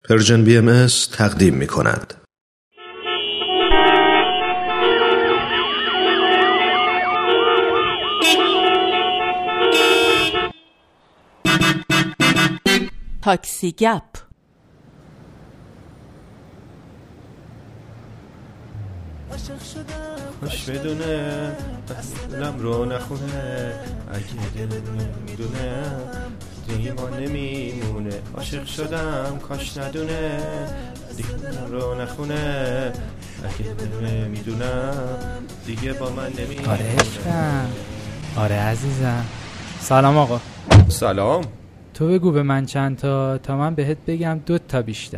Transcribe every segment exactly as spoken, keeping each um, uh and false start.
پرژن بی ام اس تقدیم می کند. تاکسی گپ. خوش بدونه دلم رو نخونه، اگه دل میدونه دیگه ما نمیمونه. عاشق شدم کاش ندونه، دیگه رو نخونه، اگه دل میدونم دیگه با من نمیمونه. آره عشقم، آره عزیزم. سلام آقا. سلام. تو بگو به من چند تا تا من بهت بگم دو تا بیشتر.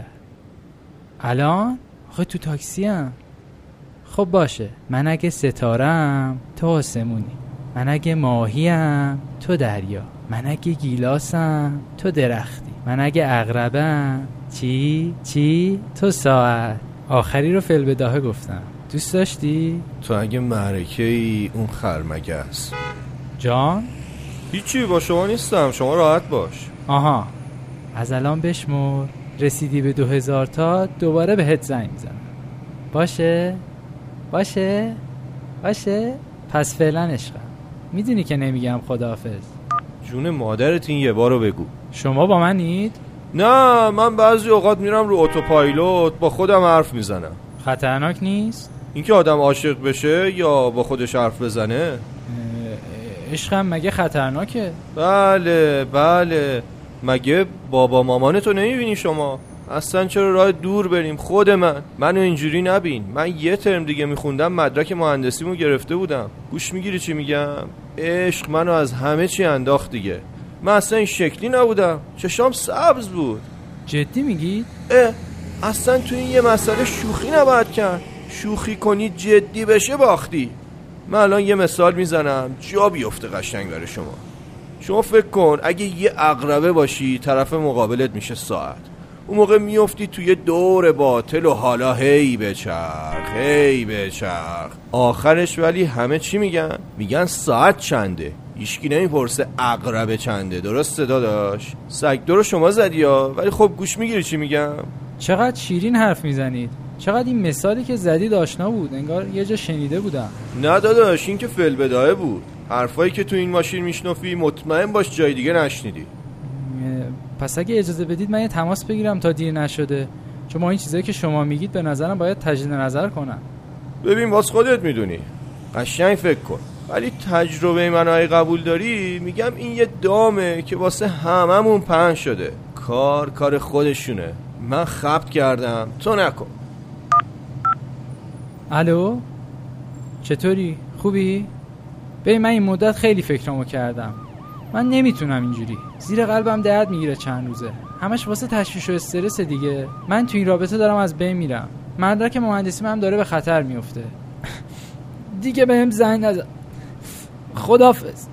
الان آخه تو تاکسی ام. خب باشه، من اگه ستارم تو آسمونی، من اگه ماهیم تو دریا، من اگه گیلاسم تو درختی، من اگه عقربم چی چی تو ساعت. آخری رو فعل بداهه گفتم، دوست داشتی؟ تو اگه معرکه ای اون خرمگس. جان؟ هیچی، با شما نیستم، شما راحت باش. آها، از الان بشمر، رسیدی به دو هزار تا دوباره بهت زنگ میزنم. باشه؟ باشه؟ باشه؟ پس فعلا عشقم، میدونی که نمیگم خداحافظ. جون مادرت این یه بارو بگو. شما با منید؟ نه، من بعضی اوقات میرم رو اتوپایلوت با خودم حرف میزنم. خطرناک نیست؟ اینکه آدم عاشق بشه یا با خودش حرف بزنه؟ عشقم مگه خطرناکه؟ بله بله، مگه بابا مامانتو نمیبینی شما؟ اصلا چرا راه دور بریم؟ خود من منو اینجوری نبین. من یه ترم دیگه میخوندم مدرک مهندسیمو گرفته بودم. گوش میگیری چی میگم؟ عشق منو از همه چی انداخت دیگه. من اصلا این شکلی نبودم، چشام سبز بود. جدی میگی؟ اه، اصلا تو این یه مسئله شوخی نباید کرد. شوخی کنی جدی بشه باختی. من الان یه مثال میزنم جا بیفته قشنگ برای شما. شما فکر کن اگه یه عقربه باشی، طرف مقابلت میشه ساعت. اون موقع میفتی توی دور باطل و حالا هی بچرخ هی بچرخ. آخرش ولی همه چی میگن؟ میگن ساعت چنده. هیچکی نمیپرسه عقربه چنده. درسته داداش؟ سگ رو شما زدی ها، ولی خب گوش میگیری چی میگم؟ چقدر شیرین حرف میزنید. چقدر این مثالی که زدید آشنا بود، انگار یه جا شنیده بودم. نه داداش، این که فعل بداهه بود. حرفایی که تو این ماشین میشنفی مطمئن باش جای دیگه نشنیدی. پس اگه اجازه بدید من یه تماس بگیرم تا دیر نشده، چون ما این چیزایی که شما میگید به نظرم باید تجدید نظر کنم. ببین باز خودت میدونی، قشنگ فکر کن. ولی تجربه منو قبول داری، میگم این یه دامه که واسه هممون پهن شده. کار کار خودشونه. من خبت کردم، تو نکن. الو، چطوری؟ خوبی؟ ببین من این مدت خیلی فکرامو کردم. من نمیتونم اینجوری، زیر قلبم درد میگیره چند روزه، همش واسه تشویش و استرس دیگه. من تو این رابطه دارم از بین میرم، مدرک مهندسیم هم داره به خطر میفته. دیگه بهم زنگ نزن، خداحافظ.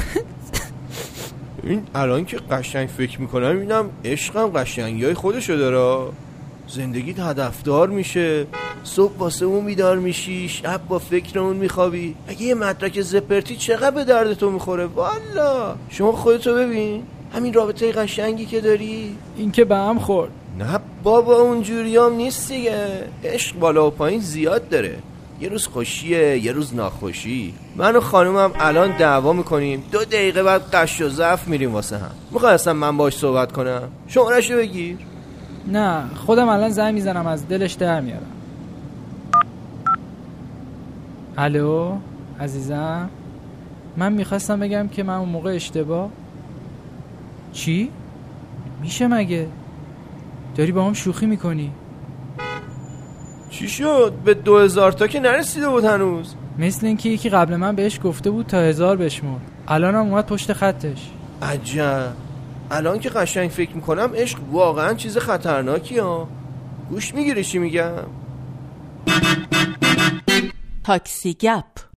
این الان که قشنگ فکر میکنم اینم عشقم قشنگی های خودشو داره. زندگیت هدفدار میشه، صبح واسه اون بیدار میشی، شب با فکر اون میخوابی. اگه یه مدرک زپرتی چقدر به درد تو میخوره والا. شما خودتو ببین، همین رابطه قشنگی که داری. این که به هم خورد. نه بابا اونجوری هم نیست دیگه. عشق بالا و پایین زیاد داره. یه روز خوشیه، یه روز ناخوشی. من و خانومم الان دعوا میکنیم، دو دقیقه بعد قش و ضعف میریم واسه هم. میخوای اصلا من باش صحبت کنم؟ شماره‌شو بگیر. نه خودم الان زنگ میزنم، از دلش در میارم. الو عزیزم، من میخواستم بگم که من اون موقع اشتباه. چی؟ میشه مگه؟ داری با هم شوخی میکنی؟ چی شد؟ به دو هزار تا که نرسیده بود هنوز. مثل اینکه یکی قبل من بهش گفته بود تا هزار بشمر، الان هم اومد پشت خطش. عجب. الان که قشنگ فکر میکنم عشق واقعا چیز خطرناکی ها. گوش میگیری چی میگم؟ تاکسی گپ.